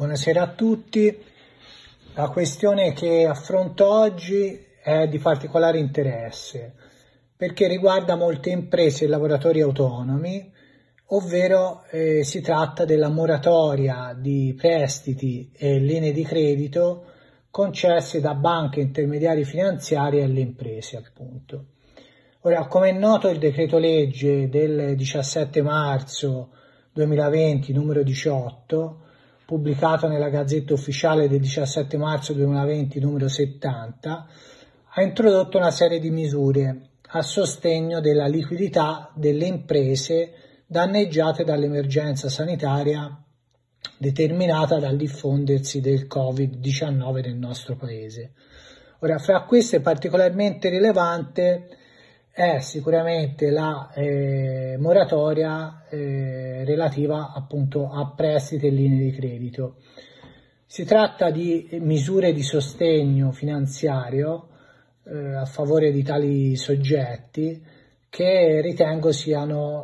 Buonasera a tutti. La questione che affronto oggi è di particolare interesse perché riguarda molte imprese e lavoratori autonomi, ovvero si tratta della moratoria di prestiti e linee di credito concesse da banche e intermediari finanziari alle imprese, appunto. Ora, come è noto, il decreto legge del 17 marzo 2020, numero 18, pubblicato nella Gazzetta Ufficiale del 17 marzo 2020, numero 70, ha introdotto una serie di misure a sostegno della liquidità delle imprese danneggiate dall'emergenza sanitaria determinata dal diffondersi del Covid-19 nel nostro paese. Ora, fra queste particolarmente rilevante è sicuramente la moratoria relativa appunto a prestiti e linee di credito. Si tratta di misure di sostegno finanziario a favore di tali soggetti che ritengo siano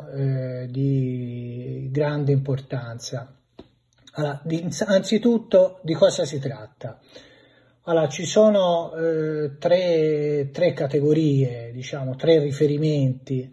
di grande importanza. Allora, anzitutto di cosa si tratta? Allora, ci sono tre categorie, diciamo, tre riferimenti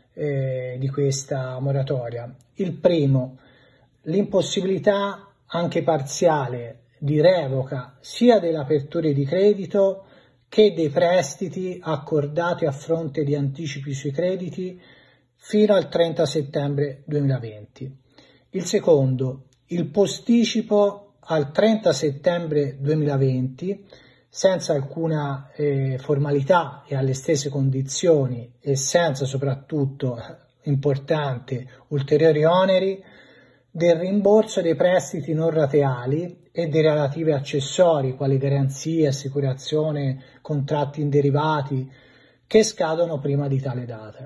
di questa moratoria. Il primo, l'impossibilità anche parziale di revoca sia delle aperture di credito che dei prestiti accordati a fronte di anticipi sui crediti fino al 30 settembre 2020. Il secondo, il posticipo al 30 settembre 2020 senza alcuna formalità e alle stesse condizioni e senza soprattutto, importante, ulteriori oneri del rimborso dei prestiti non rateali e dei relativi accessori quali garanzie, assicurazione, contratti in derivati che scadono prima di tale data.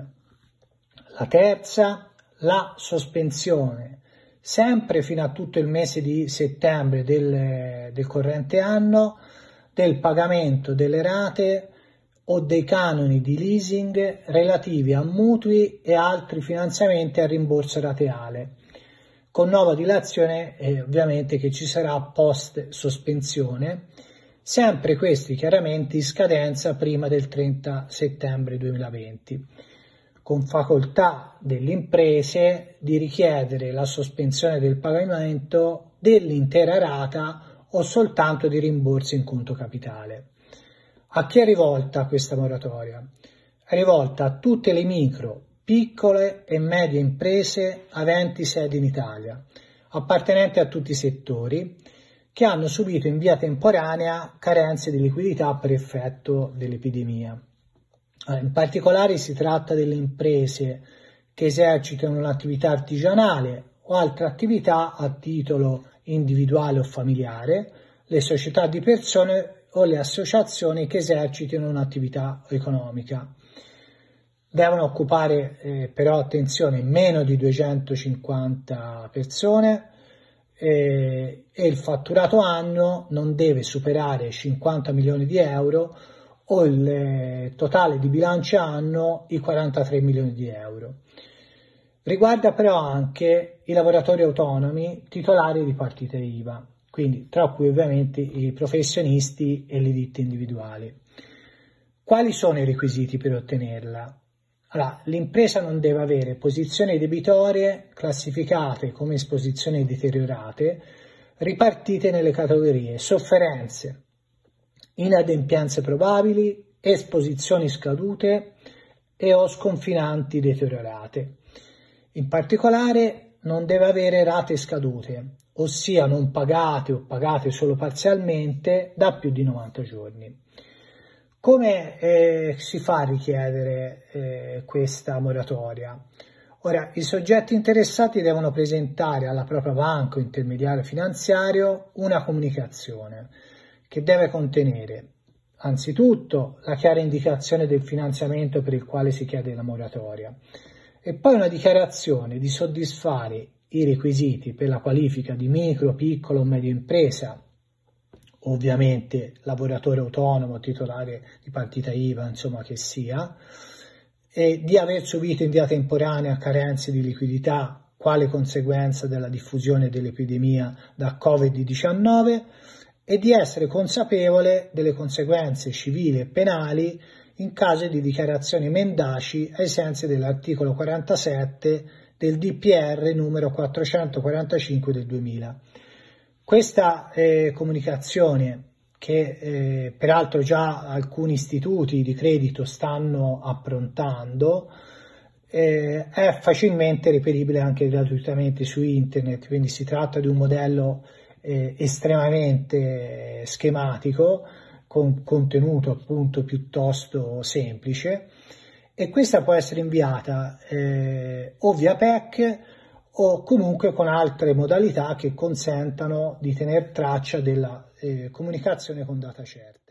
La terza, la sospensione sempre fino a tutto il mese di settembre del corrente anno del pagamento delle rate o dei canoni di leasing relativi a mutui e altri finanziamenti a rimborso rateale, con nuova dilazione ovviamente che ci sarà post sospensione, sempre questi chiaramente in scadenza prima del 30 settembre 2020. Con facoltà delle imprese di richiedere la sospensione del pagamento dell'intera rata o soltanto di rimborsi in conto capitale. A chi è rivolta questa moratoria? È rivolta a tutte le micro, piccole e medie imprese aventi sede in Italia, appartenenti a tutti i settori, che hanno subito in via temporanea carenze di liquidità per effetto dell'epidemia. In particolare si tratta delle imprese che esercitano un'attività artigianale o altre attività a titolo individuale o familiare, le società di persone o le associazioni che esercitano un'attività economica. Devono occupare però, attenzione, meno di 250 persone e il fatturato annuo non deve superare 50 milioni di euro o il totale di bilancio annuo i 43 milioni di euro. Riguarda però anche i lavoratori autonomi titolari di partite IVA, quindi tra cui ovviamente i professionisti e le ditte individuali. Quali sono i requisiti per ottenerla? Allora, l'impresa non deve avere posizioni debitorie classificate come esposizioni deteriorate, ripartite nelle categorie sofferenze, inadempienze probabili, esposizioni scadute e o sconfinanti deteriorate. In particolare non deve avere rate scadute, ossia non pagate o pagate solo parzialmente da più di 90 giorni. Come si fa a richiedere questa moratoria? Ora, i soggetti interessati devono presentare alla propria banca o intermediario finanziario una comunicazione che deve contenere anzitutto la chiara indicazione del finanziamento per il quale si chiede la moratoria e poi una dichiarazione di soddisfare i requisiti per la qualifica di micro, piccola o media impresa, ovviamente lavoratore autonomo, titolare di partita IVA, insomma che sia, e di aver subito in via temporanea carenze di liquidità quale conseguenza della diffusione dell'epidemia da Covid-19 e di essere consapevole delle conseguenze civili e penali in caso di dichiarazioni mendaci ai sensi dell'articolo 47 del DPR numero 445 del 2000. Questa comunicazione, che peraltro già alcuni istituti di credito stanno approntando, è facilmente reperibile anche gratuitamente su internet, quindi si tratta di un modello estremamente schematico, con contenuto appunto piuttosto semplice, e questa può essere inviata o via PEC o comunque con altre modalità che consentano di tenere traccia della comunicazione con data certa.